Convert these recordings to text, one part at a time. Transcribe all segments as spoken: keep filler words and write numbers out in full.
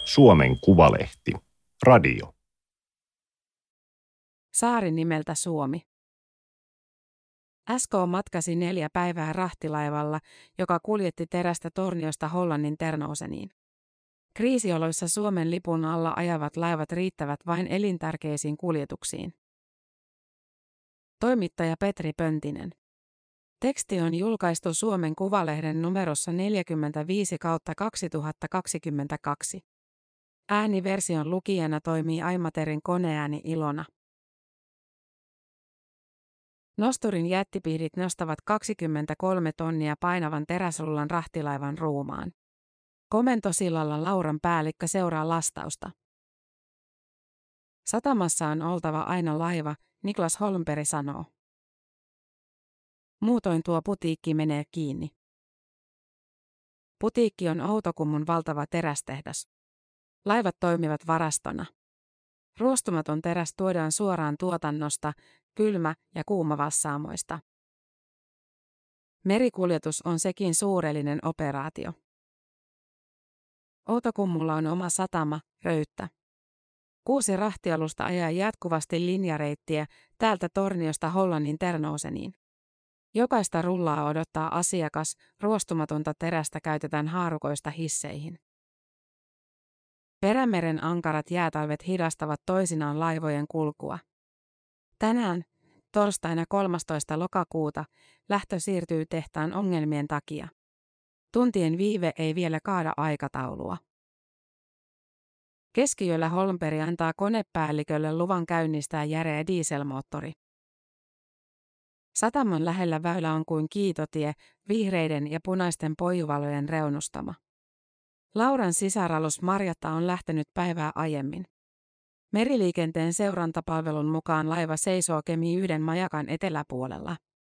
Suomen Kuvalehti. Radio. Saari nimeltä Suomi. S K matkasi neljä päivää rahtilaivalla, joka kuljetti terästä Torniosta Hollannin Ternousseniin. Kriisioloissa Suomen lipun alla ajavat laivat riittävät vain elintärkeisiin kuljetuksiin. Toimittaja Petri Pöntinen. Teksti on julkaistu Suomen Kuvalehden numerossa neljäkymmentäviisi kautta kaksituhattakaksikymmentäkaksi. Ääniversion lukijana toimii Aimaterin koneääni Ilona. Nosturin jättipihdit nostavat kaksikymmentäkolme tonnia painavan teräsrullan rahtilaivan ruumaan. Komentosillalla Lauran päällikkö seuraa lastausta. Satamassa on oltava aina laiva, Niklas Holmberg sanoo. Muutoin tuo putiikki menee kiinni. Putiikki on Outokummun valtava terästehdas. Laivat toimivat varastona. Ruostumaton teräs tuodaan suoraan tuotannosta, kylmä- ja kuumavassaamoista. Merikuljetus on sekin suurellinen operaatio. Outokummulla on oma satama, Röyttä. Kuusi rahtialusta ajaa jatkuvasti linjareittiä täältä Torniosta Hollannin Ternousseniin. Jokaista rullaa odottaa asiakas, ruostumatonta terästä käytetään haarukoista hisseihin. Perämeren ankarat jäätalvet hidastavat toisinaan laivojen kulkua. Tänään, torstaina kolmastoista lokakuuta, lähtö siirtyy tehtaan ongelmien takia. Tuntien viive ei vielä kaada aikataulua. Keskiyöllä Holmberg antaa konepäällikölle luvan käynnistää järeä dieselmoottori. Sataman lähellä väylä on kuin kiitotie, vihreiden ja punaisten poijuvalojen reunustama. Lauran sisaralus Marjatta on lähtenyt päivää aiemmin. Meriliikenteen seurantapalvelun mukaan laiva seisoo Kemi yhden majakan eteläpuolella.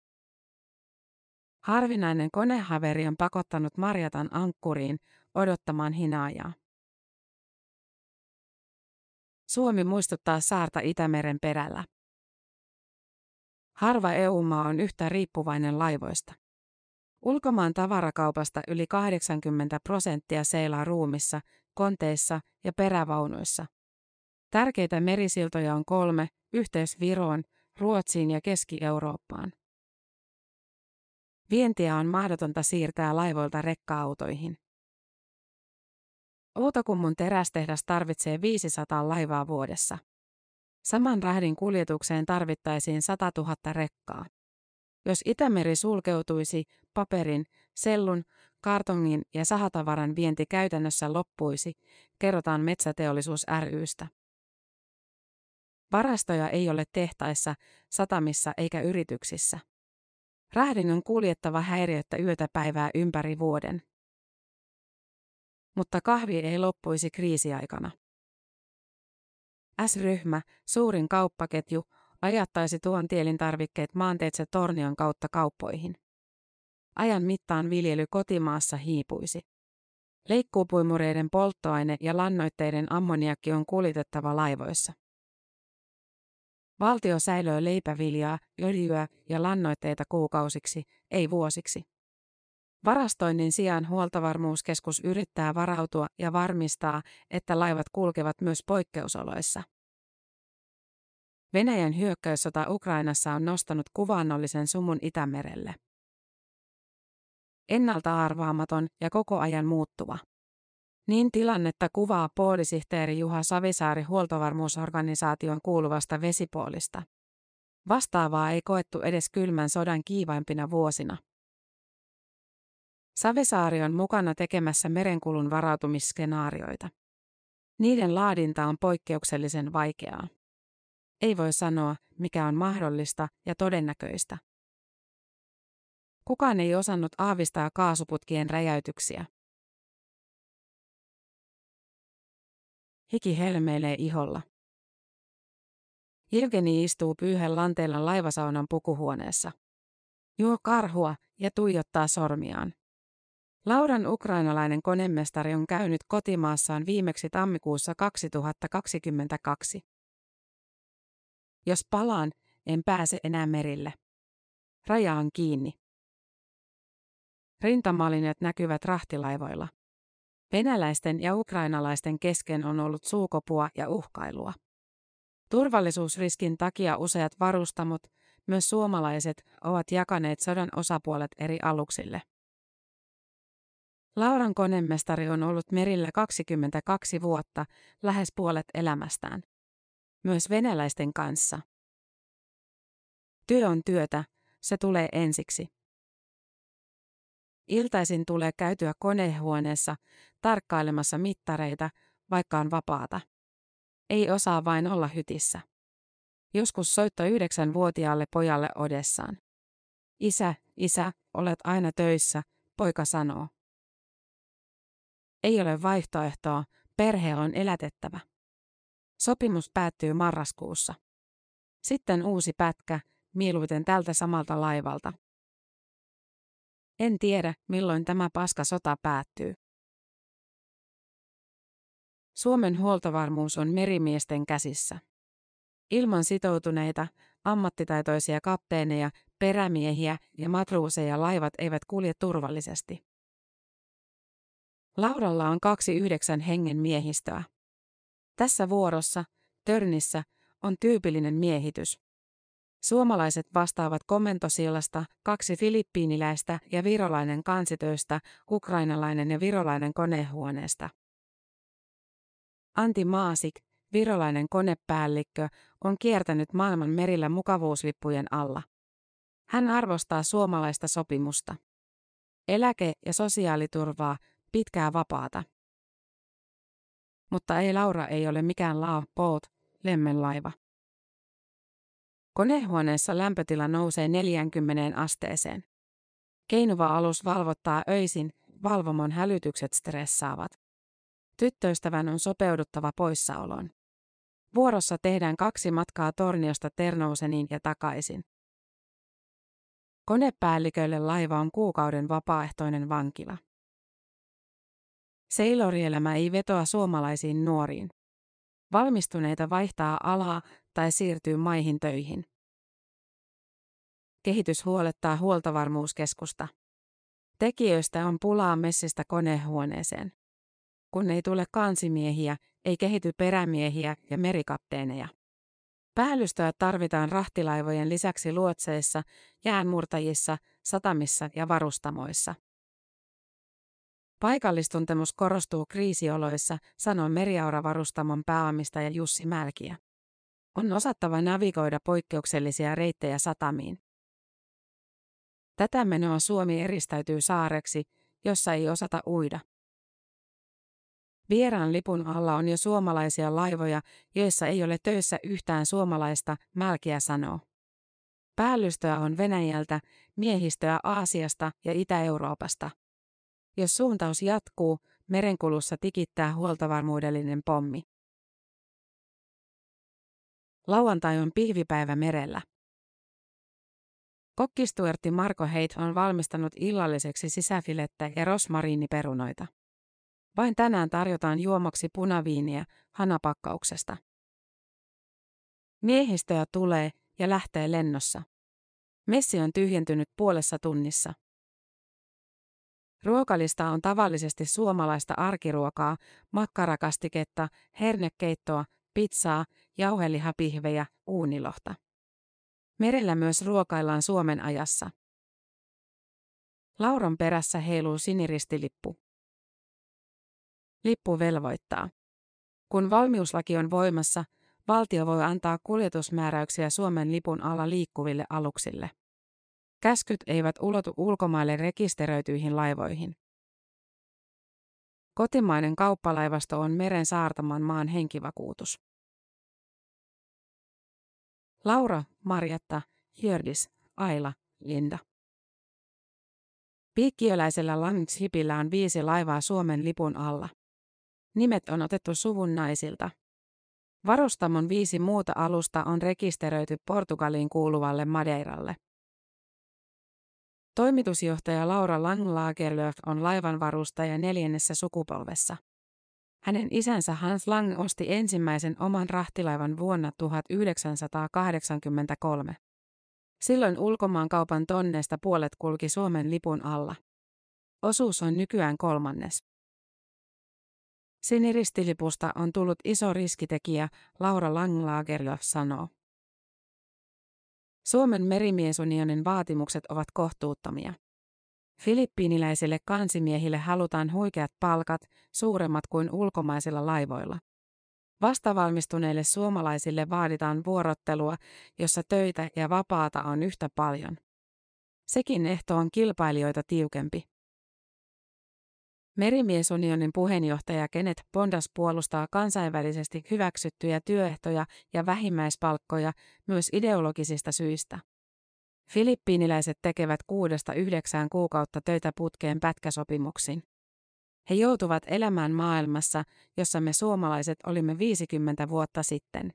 Harvinainen konehaveri on pakottanut Marjatan ankkuriin odottamaan hinaajaa. Suomi muistuttaa saarta Itämeren perällä. Harva E U-maa on yhtä riippuvainen laivoista. Ulkomaan tavarakaupasta yli kahdeksankymmentä prosenttia seilaa ruumissa, konteissa ja perävaunuissa. Tärkeitä merisiltoja on kolme, yhteys Viroon, Ruotsiin ja Keski-Eurooppaan. Vientiä on mahdotonta siirtää laivoilta rekka-autoihin. Outokummun terästehdas tarvitsee viisisataa laivaa vuodessa. Saman rahdin kuljetukseen tarvittaisiin sata tuhatta rekkaa. Jos Itämeri sulkeutuisi, paperin, sellun, kartongin ja sahatavaran vienti käytännössä loppuisi, kerrotaan Metsäteollisuus ry:stä. Varastoja ei ole tehtaissa, satamissa eikä yrityksissä. Rahdin on kuljettava häiriöttä yötä päivää ympäri vuoden. Mutta kahvi ei loppuisi kriisiaikana. S-ryhmä, suurin kauppaketju, ajattaisi tuontielintarvikkeet maanteitse Tornion kautta kauppoihin. Ajan mittaan viljely kotimaassa hiipuisi. Leikkuupuimureiden polttoaine ja lannoitteiden ammoniakki on kuljetettava laivoissa. Valtio säilöö leipäviljaa, öljyä ja lannoitteita kuukausiksi, ei vuosiksi. Varastoinnin sijaan Huoltovarmuuskeskus yrittää varautua ja varmistaa, että laivat kulkevat myös poikkeusoloissa. Venäjän hyökkäyssota Ukrainassa on nostanut kuvaannollisen sumun Itämerelle. Ennalta arvaamaton ja koko ajan muuttuva. Niin tilannetta kuvaa poolisihteeri Juha Savisaari huoltovarmuusorganisaation kuuluvasta Vesipoolista. Vastaavaa ei koettu edes kylmän sodan kiivaimpina vuosina. Savisaari on mukana tekemässä merenkulun varautumisskenaarioita. Niiden laadinta on poikkeuksellisen vaikeaa. Ei voi sanoa, mikä on mahdollista ja todennäköistä. Kukaan ei osannut aavistaa kaasuputkien räjäytyksiä. Hiki helmeilee iholla. Jevgeni istuu pyyhen lanteella laivasaunan pukuhuoneessa. Juo karhua ja tuijottaa sormiaan. Lauran ukrainalainen konemestari on käynyt kotimaassaan viimeksi tammikuussa kaksituhattakaksikymmentäkaksi. Jos palaan, en pääse enää merille. Raja on kiinni. Rintamalinjat näkyvät rahtilaivoilla. Venäläisten ja ukrainalaisten kesken on ollut suukopua ja uhkailua. Turvallisuusriskin takia useat varustamot, myös suomalaiset, ovat jakaneet sodan osapuolet eri aluksille. Lauran konemestari on ollut merillä kaksikymmentäkaksi vuotta, lähes puolet elämästään. Myös venäläisten kanssa. Työ on työtä, se tulee ensiksi. Iltaisin tulee käytyä konehuoneessa tarkkailemassa mittareita, vaikka on vapaata. Ei osaa vain olla hytissä. Joskus soitto yhdeksänvuotiaalle pojalle Odessaan. Isä, isä, olet aina töissä, poika sanoo. Ei ole vaihtoehtoa, perhe on elätettävä. Sopimus päättyy marraskuussa. Sitten uusi pätkä, mieluiten tältä samalta laivalta. En tiedä, milloin tämä paska sota päättyy. Suomen huoltovarmuus on merimiesten käsissä. Ilman sitoutuneita, ammattitaitoisia kapteeneja, perämiehiä ja matruuseja laivat eivät kulje turvallisesti. Lauralla on kaksi yhdeksän hengen miehistöä. Tässä vuorossa, Törnissä, on tyypillinen miehitys. Suomalaiset vastaavat komentosillasta, kaksi filippiiniläistä ja virolainen kansitöistä, ukrainalainen ja virolainen konehuoneesta. Antti Maasik, virolainen konepäällikkö, on kiertänyt maailman merillä mukavuuslippujen alla. Hän arvostaa suomalaista sopimusta. Eläke- ja sosiaaliturvaa, pitkää vapaata. Mutta ei Laura ei ole mikään lao, boat, lemmenlaiva. Konehuoneessa lämpötila nousee neljäänkymmeneen asteeseen. Keinuva alus valvottaa öisin, valvomon hälytykset stressaavat. Tyttöystävän on sopeuduttava poissaoloon. Vuorossa tehdään kaksi matkaa Torniosta Ternouseniin ja takaisin. Konepäällikölle laiva on kuukauden vapaaehtoinen vankila. Sailorielämä ei vetoa suomalaisiin nuoriin. Valmistuneita vaihtaa alaa tai siirtyy maihin töihin. Kehitys huolettaa huoltovarmuuskeskusta. Tekijöistä on pulaa messistä konehuoneeseen. Kun ei tule kansimiehiä, ei kehity perämiehiä ja merikapteeneja. Päällystöä tarvitaan rahtilaivojen lisäksi luotseissa, jäänmurtajissa, satamissa ja varustamoissa. Paikallistuntemus korostuu kriisioloissa, sanoo Meriaura-varustamon pääomistaja Jussi Mälkiä. On osattava navigoida poikkeuksellisia reittejä satamiin. Tätä menoa Suomi eristäytyy saareksi, jossa ei osata uida. Vieraan lipun alla on jo suomalaisia laivoja, joissa ei ole töissä yhtään suomalaista, Mälkiä sanoo. Päällystöä on Venäjältä, miehistöä Aasiasta ja Itä-Euroopasta. Jos suuntaus jatkuu, merenkulussa tikittää huoltovarmuudellinen pommi. Lauantai on pihvipäivä merellä. Kokkistuertti Marko Heit on valmistanut illalliseksi sisäfilettä ja rosmariiniperunoita. Vain tänään tarjotaan juomaksi punaviiniä hanapakkauksesta. Miehistöä tulee ja lähtee lennossa. Messi on tyhjentynyt puolessa tunnissa. Ruokalista on tavallisesti suomalaista arkiruokaa, makkarakastiketta, hernekeittoa, pizzaa, jauhelihapihvejä, uunilohta. Merellä myös ruokaillaan Suomen ajassa. Lauran perässä heiluu siniristilippu. Lippu velvoittaa. Kun valmiuslaki on voimassa, valtio voi antaa kuljetusmääräyksiä Suomen lipun alla liikkuville aluksille. Käskyt eivät ulotu ulkomaille rekisteröityihin laivoihin. Kotimainen kauppalaivasto on meren saartaman maan henkivakuutus. Laura, Marjatta, Hjördis, Aila, Linda. Piikkiöläisellä Langshipillä on viisi laivaa Suomen lipun alla. Nimet on otettu suvun naisilta. Varustamon viisi muuta alusta on rekisteröity Portugaliin kuuluvalle Madeiralle. Toimitusjohtaja Laura Lang-Lagerlöf on laivanvarustaja neljännessä sukupolvessa. Hänen isänsä Hans Lang osti ensimmäisen oman rahtilaivan vuonna tuhatyhdeksänsataakahdeksankymmentäkolme. Silloin ulkomaankaupan tonneista puolet kulki Suomen lipun alla. Osuus on nykyään kolmannes. Siniristilipusta on tullut iso riskitekijä, Laura Langlagerlöf sanoo. Suomen merimiesunionin vaatimukset ovat kohtuuttomia. Filippiiniläisille kansimiehille halutaan huikeat palkat, suuremmat kuin ulkomaisilla laivoilla. Vastavalmistuneille suomalaisille vaaditaan vuorottelua, jossa töitä ja vapaata on yhtä paljon. Sekin ehto on kilpailijoita tiukempi. Merimiesunionin puheenjohtaja Kenneth Bondas puolustaa kansainvälisesti hyväksyttyjä työehtoja ja vähimmäispalkkoja myös ideologisista syistä. Filippiiniläiset tekevät kuudesta yhdeksään kuukautta töitä putkeen pätkäsopimuksin. He joutuvat elämään maailmassa, jossa me suomalaiset olimme viisikymmentä vuotta sitten.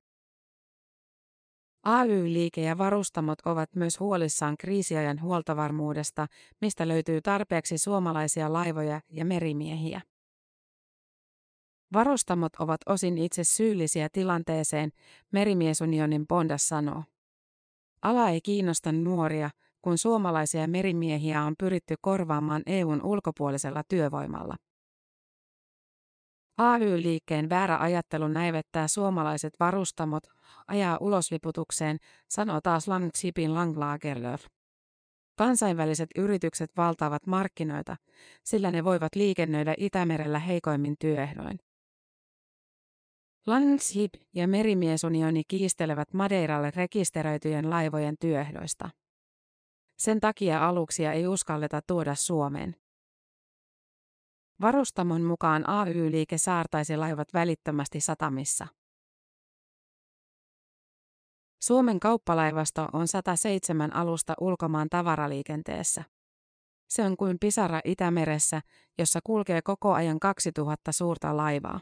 A Y-liike ja varustamot ovat myös huolissaan kriisiajan huoltovarmuudesta, mistä löytyy tarpeeksi suomalaisia laivoja ja merimiehiä. Varustamot ovat osin itse syyllisiä tilanteeseen, Merimiesunionin Bondas sanoo. Ala ei kiinnosta nuoria, kun suomalaisia merimiehiä on pyritty korvaamaan E U:n ulkopuolisella työvoimalla. A Y-liikkeen väärä ajattelu näivettää suomalaiset varustamot, ajaa ulosliputukseen, sanoo taas Langshipin Langlagerlöf. Kansainväliset yritykset valtaavat markkinoita, sillä ne voivat liikennöidä Itämerellä heikoimmin työehdoin. Langship ja Merimiesunioni kiistelevät Madeiralle rekisteröityjen laivojen työehdoista. Sen takia aluksia ei uskalleta tuoda Suomeen. Varustamon mukaan A Y-liike saartaisi laivat välittömästi satamissa. Suomen kauppalaivasto on sata seitsemän alusta ulkomaan tavaraliikenteessä. Se on kuin pisara Itämeressä, jossa kulkee koko ajan kaksituhatta suurta laivaa.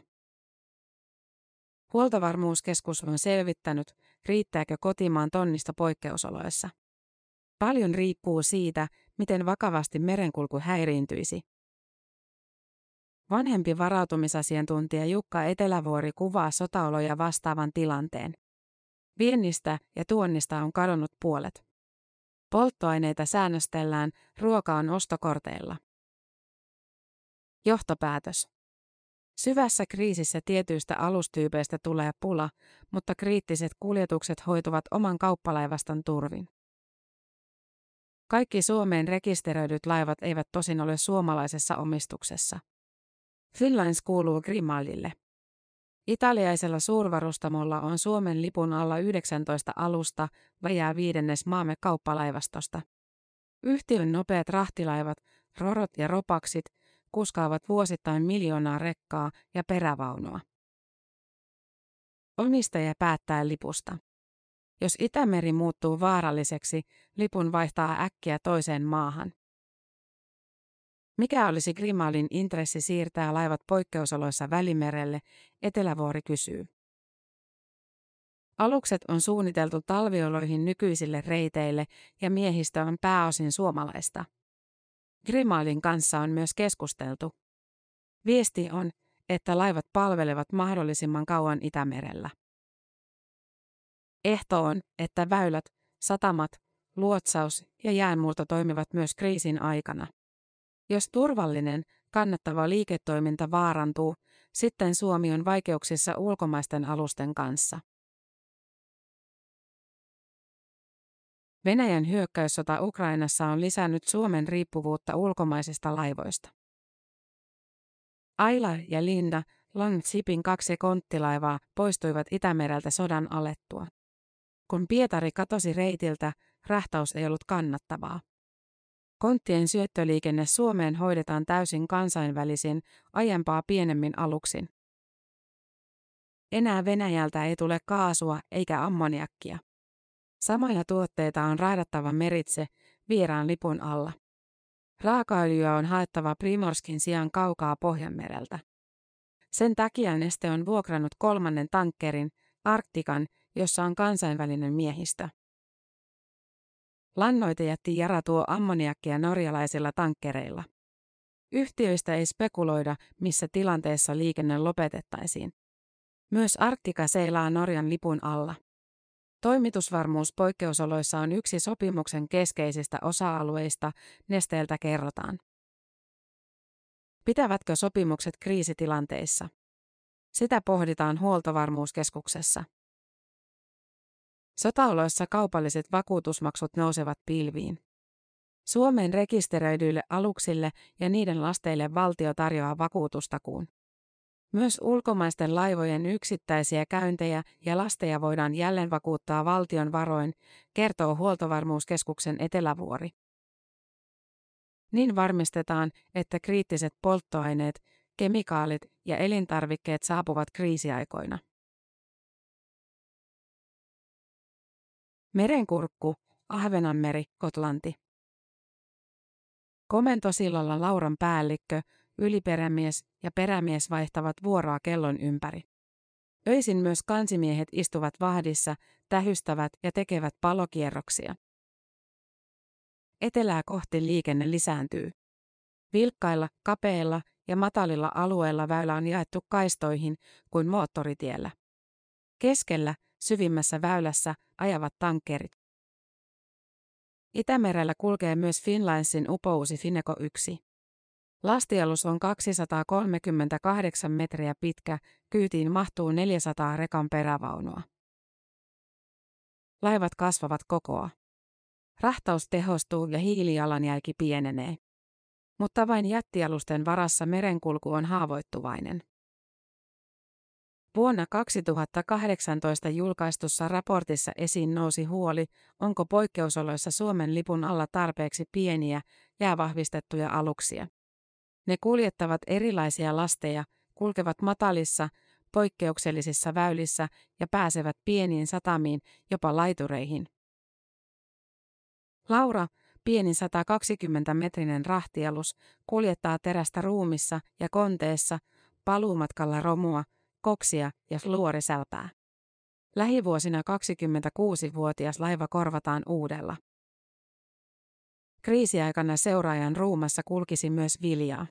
Huoltovarmuuskeskus on selvittänyt, riittääkö kotimaan tonnisto poikkeusoloissa. Paljon riippuu siitä, miten vakavasti merenkulku häiriintyisi. Vanhempi varautumisasiantuntija Jukka Etelävuori kuvaa sotaoloja vastaavan tilanteen. Viennistä ja tuonnista on kadonnut puolet. Polttoaineita säännöstellään, ruoka on ostokorteilla. Johtopäätös. Syvässä kriisissä tietyistä alustyypeistä tulee pula, mutta kriittiset kuljetukset hoituvat oman kauppalaivaston turvin. Kaikki Suomeen rekisteröidyt laivat eivät tosin ole suomalaisessa omistuksessa. Finlines kuuluu Grimaldille. Italiaisella suurvarustamolla on Suomen lipun alla yhdeksäntoista alusta, vajaa viidennes maamme kauppalaivastosta. Yhtiön nopeat rahtilaivat, rorot ja ropaksit, kuskaavat vuosittain miljoonaa rekkaa ja perävaunua. Omistaja päättää lipusta. Jos Itämeri muuttuu vaaralliseksi, lipun vaihtaa äkkiä toiseen maahan. Mikä olisi Grimaldin intressi siirtää laivat poikkeusoloissa Välimerelle, Etelävuori kysyy. Alukset on suunniteltu talvioloihin nykyisille reiteille ja miehistö on pääosin suomalaista. Grimaldin kanssa on myös keskusteltu. Viesti on, että laivat palvelevat mahdollisimman kauan Itämerellä. Ehto on, että väylät, satamat, luotsaus ja jäänmurto toimivat myös kriisin aikana. Jos turvallinen, kannattava liiketoiminta vaarantuu, sitten Suomi on vaikeuksissa ulkomaisten alusten kanssa. Venäjän hyökkäyssota Ukrainassa on lisännyt Suomen riippuvuutta ulkomaisista laivoista. Ayla ja Linda, Langshipin kaksi konttilaivaa, poistuivat Itämereltä sodan alettua. Kun Pietari katosi reitiltä, rahtaus ei ollut kannattavaa. Konttien syöttöliikenne Suomeen hoidetaan täysin kansainvälisin, aiempaa pienemmin aluksin. Enää Venäjältä ei tule kaasua eikä ammoniakkia. Samoja tuotteita on raadattava meritse, vieraan lipun alla. Raakaöljyä on haettava Primorskin sijaan kaukaa Pohjanmereltä. Sen takia Neste on vuokrannut kolmannen tankkerin, Arktikan, jossa on kansainvälinen miehistö. Lannoitejätti Yara tuo ammoniakkia norjalaisilla tankkereilla. Yhtiöistä ei spekuloida, missä tilanteessa liikenne lopetettaisiin. Myös Arktika seilaa Norjan lipun alla. Toimitusvarmuus poikkeusoloissa on yksi sopimuksen keskeisistä osa-alueista, Nesteeltä kerrotaan. Pitävätkö sopimukset kriisitilanteissa? Sitä pohditaan Huoltovarmuuskeskuksessa. Sotaoloissa kaupalliset vakuutusmaksut nousevat pilviin. Suomeen rekisteröidyille aluksille ja niiden lasteille valtio tarjoaa vakuutustakuun. Myös ulkomaisten laivojen yksittäisiä käyntejä ja lasteja voidaan jälleen vakuuttaa valtion varoin, kertoo Huoltovarmuuskeskuksen Etelävuori. Niin varmistetaan, että kriittiset polttoaineet, kemikaalit ja elintarvikkeet saapuvat kriisiaikoina. Merenkurkku, Ahvenanmeri, Gotlanti. Komentosillalla Lauran päällikkö, yliperämies ja perämies vaihtavat vuoroa kellon ympäri. Öisin myös kansimiehet istuvat vahdissa, tähystävät ja tekevät palokierroksia. Etelää kohti liikenne lisääntyy. Vilkkailla, kapeilla ja matalilla alueilla väylä on jaettu kaistoihin kuin moottoritiellä. Keskellä, syvimmässä väylässä, ajavat tankkerit. Itämerellä kulkee myös Finnlinesin upouusi Fineco yksi. Lastialus on kaksisataakolmekymmentäkahdeksan metriä pitkä, kyytiin mahtuu neljäsataa rekan perävaunua. Laivat kasvavat kokoa. Rahtaus tehostuu ja hiilijalanjälki pienenee. Mutta vain jättialusten varassa merenkulku on haavoittuvainen. Vuonna kaksituhattakahdeksantoista julkaistussa raportissa esiin nousi huoli, onko poikkeusoloissa Suomen lipun alla tarpeeksi pieniä, jäävahvistettuja aluksia. Ne kuljettavat erilaisia lasteja, kulkevat matalissa, poikkeuksellisissa väylissä ja pääsevät pieniin satamiin, jopa laitureihin. Laura, pieni satakaksikymmentä-metrinen rahtialus, kuljettaa terästä ruumissa ja konteessa, paluumatkalla romua, koksia ja fluorisälpää. Lähivuosina kaksikymmentäkuusivuotias laiva korvataan uudella. Kriisiaikana seuraajan ruumassa kulkisi myös viljaa.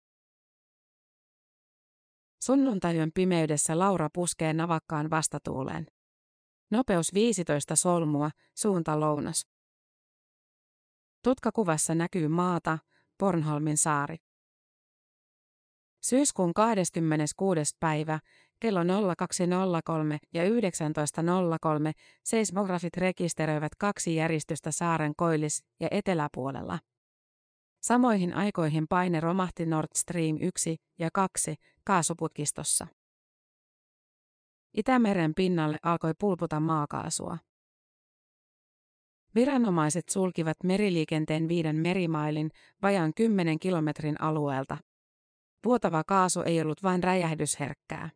Sunnuntaiön pimeydessä Laura puskee navakkaan vastatuuleen. Nopeus viisitoista solmua, suunta lounas. Tutkakuvassa näkyy maata, Bornholmin saari. Syyskuun kahdeskymmeneskuudes päivä, kello nolla kaksi nolla kolme ja yhdeksäntoista nolla kolme, seismografit rekisteröivät kaksi järistystä saaren koillis- ja eteläpuolella. Samoihin aikoihin paine romahti Nord Stream yksi ja kaksi kaasuputkistossa. Itämeren pinnalle alkoi pulputa maakaasua. Viranomaiset sulkivat meriliikenteen viiden merimailin vajaan kymmenen kilometrin alueelta. Vuotava kaasu ei ollut vain räjähdysherkkää.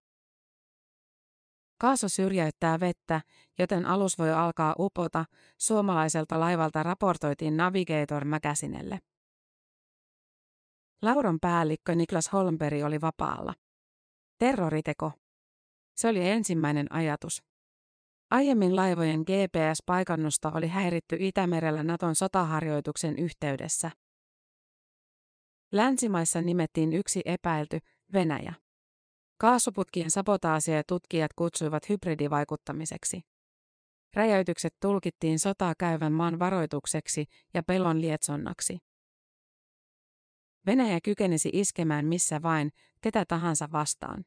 Kaasu syrjäyttää vettä, joten alus voi alkaa upota, suomalaiselta laivalta raportoitiin Navigator Magazinelle. Lauran päällikkö Niklas Holmberg oli vapaalla. Terroriteko. Se oli ensimmäinen ajatus. Aiemmin laivojen G P S-paikannusta oli häiritty Itämerellä Naton sotaharjoituksen yhteydessä. Länsimaissa nimettiin yksi epäilty, Venäjä. Kaasuputkien sabotaasia tutkijat kutsuivat hybridivaikuttamiseksi. Räjäytykset tulkittiin sotaa käyvän maan varoitukseksi ja pelon lietsonnaksi. Venäjä kykenisi iskemään missä vain, ketä tahansa vastaan.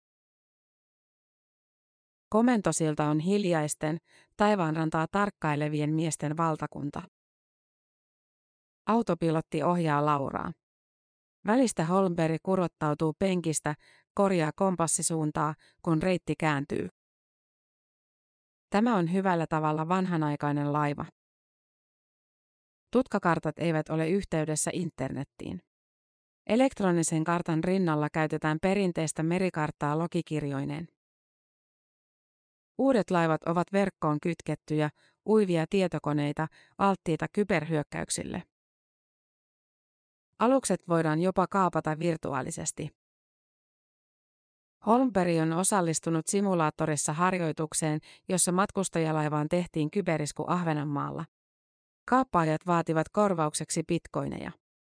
Komentosilta on hiljaisten, taivaanrantaa tarkkailevien miesten valtakunta. Autopilotti ohjaa Lauraa. Välistä Holmberg kurottautuu penkistä, korjaa kompassisuuntaa, kun reitti kääntyy. Tämä on hyvällä tavalla vanhanaikainen laiva. Tutkakartat eivät ole yhteydessä internettiin. Elektronisen kartan rinnalla käytetään perinteistä merikarttaa logikirjoineen. Uudet laivat ovat verkkoon kytkettyjä, uivia tietokoneita, alttiita kyberhyökkäyksille. Alukset voidaan jopa kaapata virtuaalisesti. Holmberg on osallistunut simulaattorissa harjoitukseen, jossa matkustajalaivaan tehtiin kyberisku Ahvenanmaalla. Kaappaajat vaativat korvaukseksi bitcoineja.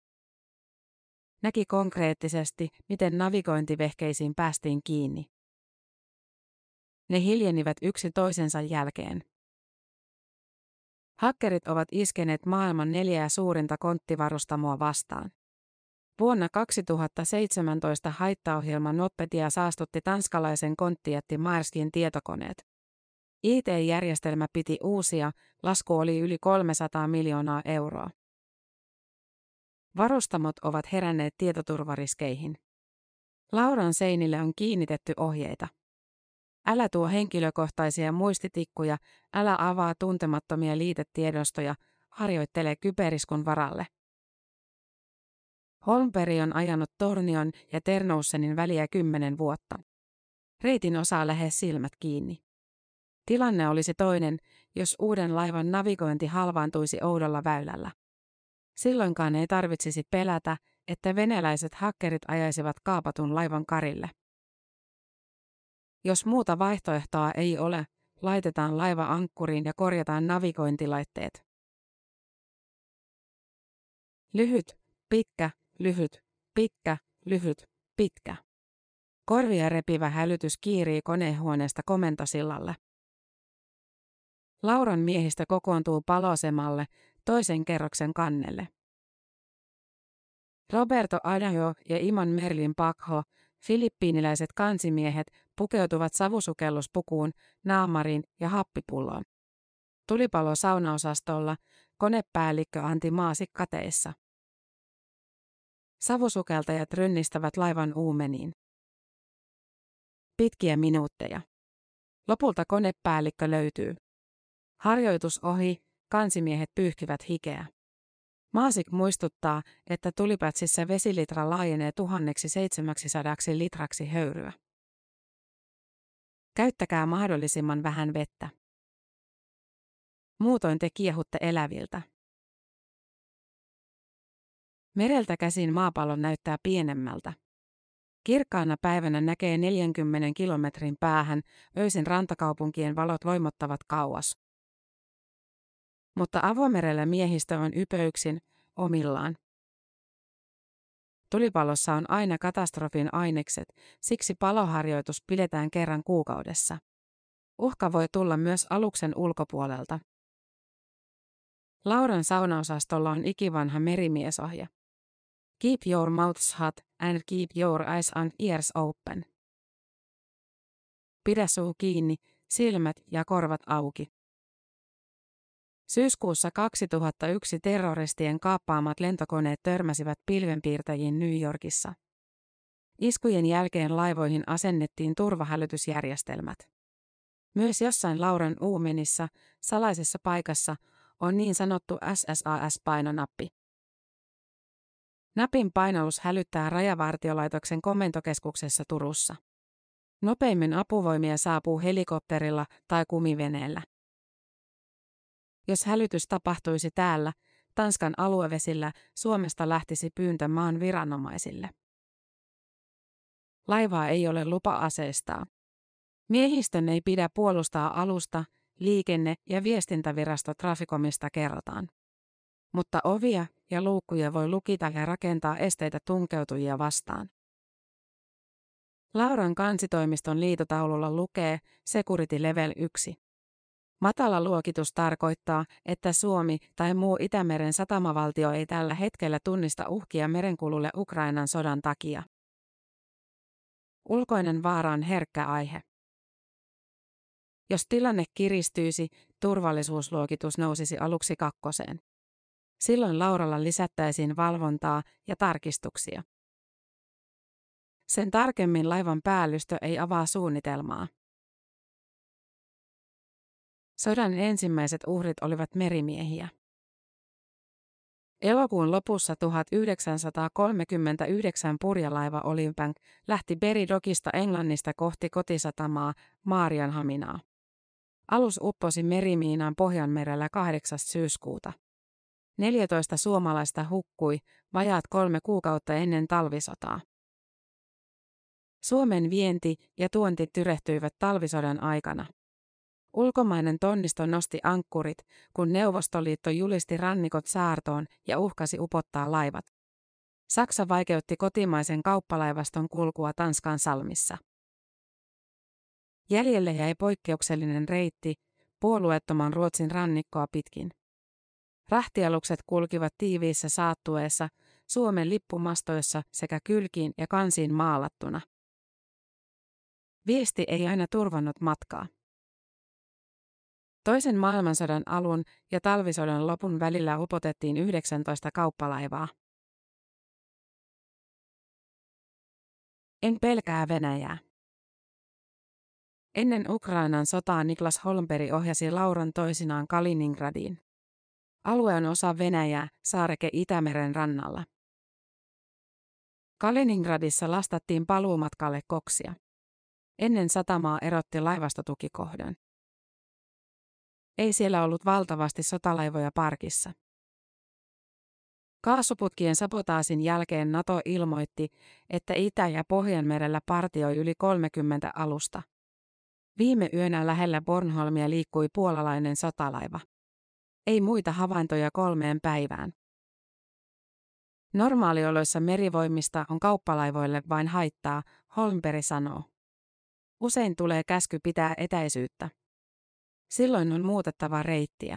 Näki konkreettisesti, miten navigointivehkeisiin päästiin kiinni. Ne hiljenivät yksi toisensa jälkeen. Hakkerit ovat iskeneet maailman neljää suurinta konttivarustamoa vastaan. Vuonna kaksituhattaseitsemäntoista haittaohjelma NotPetya saastutti tanskalaisen konttijätti Maerskin tietokoneet. I T-järjestelmä piti uusia, lasku oli yli kolmesataa miljoonaa euroa. Varustamot ovat heränneet tietoturvariskeihin. Laudan seinille on kiinnitetty ohjeita. Älä tuo henkilökohtaisia muistitikkuja, älä avaa tuntemattomia liitetiedostoja, harjoittele kyberiskun varalle. Holmberg on ajanut Tornion ja Ternousenin väliä kymmenen vuotta. Reitin osaa lähes silmät kiinni. Tilanne olisi toinen, jos uuden laivan navigointi halvaantuisi oudolla väylällä. Silloinkaan ei tarvitsisi pelätä, että venäläiset hakkerit ajaisivat kaapatun laivan karille. Jos muuta vaihtoehtoa ei ole, laitetaan laiva ankkuriin ja korjataan navigointilaitteet. Lyhyt, pitkä, lyhyt, pitkä, lyhyt, pitkä. Korvia repivä hälytys kiirii konehuoneesta komentosillalle. Lauran miehistö kokoontuu paloasemalle toisen kerroksen kannelle. Roberto Adajo ja Imon Merlin Pakho, filippiiniläiset kansimiehet, pukeutuvat savusukelluspukuun, naamariin ja happipulloon. Tulipalo saunaosastolla, konepäällikkö Antti Maasik kateissa. Savusukeltajat rynnistävät laivan uumeniin. Pitkiä minuutteja. Lopulta konepäällikkö löytyy. Harjoitus ohi, kansimiehet pyyhkivät hikeä. Maasik muistuttaa, että tulipatsissa vesilitra laajenee tuhanneksi seitsemäksisadaksi litraksi höyryä. Käyttäkää mahdollisimman vähän vettä. Muutoin te kiehutte eläviltä. Mereltä käsin maapallo näyttää pienemmältä. Kirkkaana päivänä näkee neljänkymmenen kilometrin päähän, öisin rantakaupunkien valot voimottavat kauas. Mutta avomerellä miehistö on ypöyksin, omillaan. Tulipalossa on aina katastrofin ainekset, siksi paloharjoitus pidetään kerran kuukaudessa. Uhka voi tulla myös aluksen ulkopuolelta. Lauran saunaosastolla on ikivanha merimiesohje. Keep your mouth shut and keep your eyes and ears open. Pidä suu kiinni, silmät ja korvat auki. Syyskuussa kaksituhattayksi terroristien kaappaamat lentokoneet törmäsivät pilvenpiirtäjiin New Yorkissa. Iskujen jälkeen laivoihin asennettiin turvahälytysjärjestelmät. Myös jossain Lauran uumenissa, salaisessa paikassa, on niin sanottu S S A S-painonappi. Napin painallus hälyttää Rajavartiolaitoksen komentokeskuksessa Turussa. Nopeimmin apuvoimia saapuu helikopterilla tai kumiveneellä. Jos hälytys tapahtuisi täällä, Tanskan aluevesillä, Suomesta lähtisi pyyntö maan viranomaisille. Laivaa ei ole lupa aseistaa. Miehistön ei pidä puolustaa alusta, liikenne- ja viestintävirasto Traficomista kerrotaan. Mutta ovia ja luukkuja voi lukita ja rakentaa esteitä tunkeutujia vastaan. Lauran kansitoimiston liitotaululla lukee Security Level yksi. Matala luokitus tarkoittaa, että Suomi tai muu Itämeren satamavaltio ei tällä hetkellä tunnista uhkia merenkululle Ukrainan sodan takia. Ulkoinen vaara on herkkä aihe. Jos tilanne kiristyisi, turvallisuusluokitus nousisi aluksi kakkoseen. Silloin Lauralla lisättäisiin valvontaa ja tarkistuksia. Sen tarkemmin laivan päällystö ei avaa suunnitelmaa. Sodan ensimmäiset uhrit olivat merimiehiä. Elokuun lopussa tuhatyhdeksänsataakolmekymmentäyhdeksän purjelaiva Olympic lähti Beridokista Englannista kohti kotisatamaa Maarianhaminaa. Alus upposi merimiinaan Pohjanmerellä kahdeksas syyskuuta. neljätoista suomalaista hukkui vajaat kolme kuukautta ennen talvisotaa. Suomen vienti ja tuonti tyrehtyivät talvisodan aikana. Ulkomainen tonnisto nosti ankkurit, kun Neuvostoliitto julisti rannikot saartoon ja uhkasi upottaa laivat. Saksa vaikeutti kotimaisen kauppalaivaston kulkua Tanskan salmissa. Jäljelle jäi poikkeuksellinen reitti, puolueettoman Ruotsin rannikkoa pitkin. Rahtialukset kulkivat tiiviissä saattueessa, Suomen lippumastoissa sekä kylkiin ja kansiin maalattuna. Viesti ei aina turvannut matkaa. Toisen maailmansodan alun ja talvisodan lopun välillä upotettiin yhdeksäntoista kauppalaivaa. En pelkää Venäjää. Ennen Ukrainan sotaa Niklas Holmberg ohjasi Lauran toisinaan Kaliningradiin. Alue on osa Venäjää, saareke Itämeren rannalla. Kaliningradissa lastattiin paluumatkalle koksia. Ennen satamaa erotti laivastotukikohdan. Ei siellä ollut valtavasti sotalaivoja parkissa. Kaasuputkien sabotaasin jälkeen NATO ilmoitti, että Itä- ja Pohjanmerellä partioi yli kolmekymmentä alusta. Viime yönä lähellä Bornholmia liikkui puolalainen sotalaiva. Ei muita havaintoja kolmeen päivään. Normaalioloissa merivoimista on kauppalaivoille vain haittaa, Holmberg sanoo. Usein tulee käsky pitää etäisyyttä. Silloin on muutettava reittiä.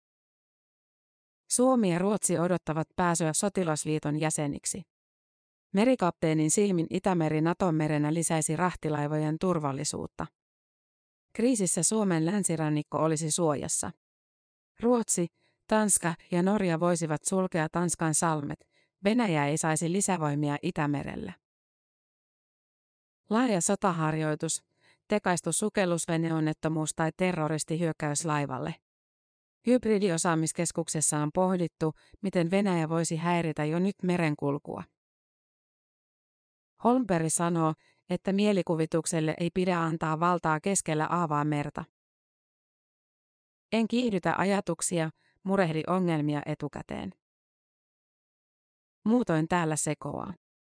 Suomi ja Ruotsi odottavat pääsyä sotilasliiton jäseniksi. Merikapteenin silmin Itämeri Naton-merenä lisäisi rahtilaivojen turvallisuutta. Kriisissä Suomen länsirannikko olisi suojassa. Ruotsi, Tanska ja Norja voisivat sulkea Tanskan salmet, Venäjä ei saisi lisävoimia Itämerelle. Laaja sotaharjoitus, tekaistu sukellusveneonnettomuus tai terroristihyökkäys laivalle. Hybridiosaamiskeskuksessa on pohdittu, miten Venäjä voisi häiritä jo nyt merenkulkua. Holmberg sanoo, että mielikuvitukselle ei pidä antaa valtaa keskellä aavaa merta. En kiihdytä ajatuksia, murehdi ongelmia etukäteen. Muutoin täällä sekoaa.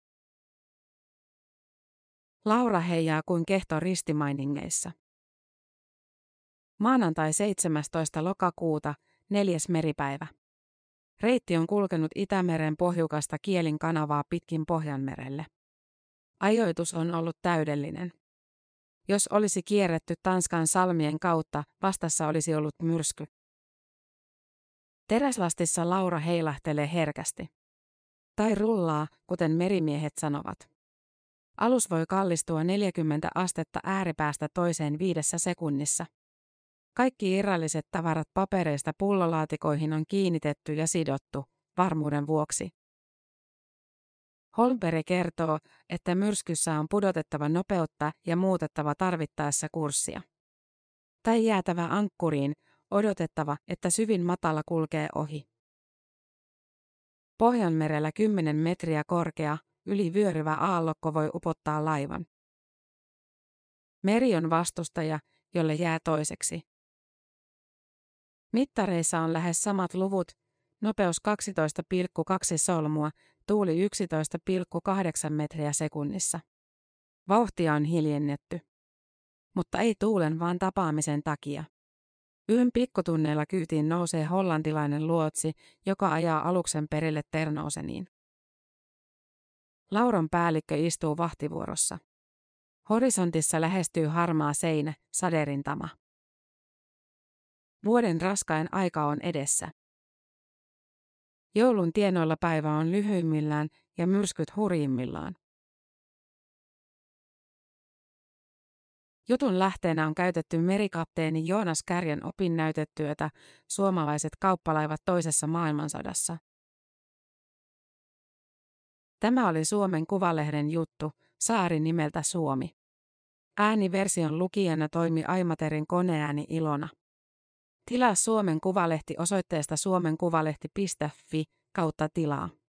Laura heijaa kuin kehto ristimainingeissa. Maanantai seitsemästoista lokakuuta, neljäs meripäivä. Reitti on kulkenut Itämeren pohjukasta Kielin kanavaa pitkin Pohjanmerelle. Ajoitus on ollut täydellinen. Jos olisi kierretty Tanskan salmien kautta, vastassa olisi ollut myrsky. Teräslastissa Laura heilahtelee herkästi. Tai rullaa, kuten merimiehet sanovat. Alus voi kallistua neljäkymmentä astetta ääripäästä toiseen viidessä sekunnissa. Kaikki irralliset tavarat papereista pullolaatikoihin on kiinnitetty ja sidottu, varmuuden vuoksi. Holmberg kertoo, että myrskyssä on pudotettava nopeutta ja muutettava tarvittaessa kurssia. Tai jäätävä ankkuriin, odotettava, että syvin matala kulkee ohi. Pohjanmerellä kymmenen metriä korkea, yli vyöryvä aallokko voi upottaa laivan. Meri on vastustaja, jolle jää toiseksi. Mittareissa on lähes samat luvut, nopeus kaksitoista pilkku kaksi solmua, tuuli yksitoista pilkku kahdeksan metriä sekunnissa. Vauhtia on hiljennetty. Mutta ei tuulen vaan tapaamisen takia. Yön pikkutunneilla kyytiin nousee hollantilainen luotsi, joka ajaa aluksen perille Ternousseniin. Lauran päällikkö istuu vahtivuorossa. Horisontissa lähestyy harmaa seinä, saderintama. Vuoden raskain aika on edessä. Joulun tienoilla päivä on lyhyimmillään ja myrskyt hurjimmillaan. Jutun lähteenä on käytetty merikapteeni Joonas Kärjen opinnäytetyötä Suomalaiset kauppalaivat toisessa maailmansodassa. Tämä oli Suomen Kuvalehden juttu, saari nimeltä Suomi. Ääniversion lukijana toimi Aimaterin koneääni Ilona. Tilaa Suomen Kuvalehti osoitteesta suomenkuvalehti piste fi kautta tilaa.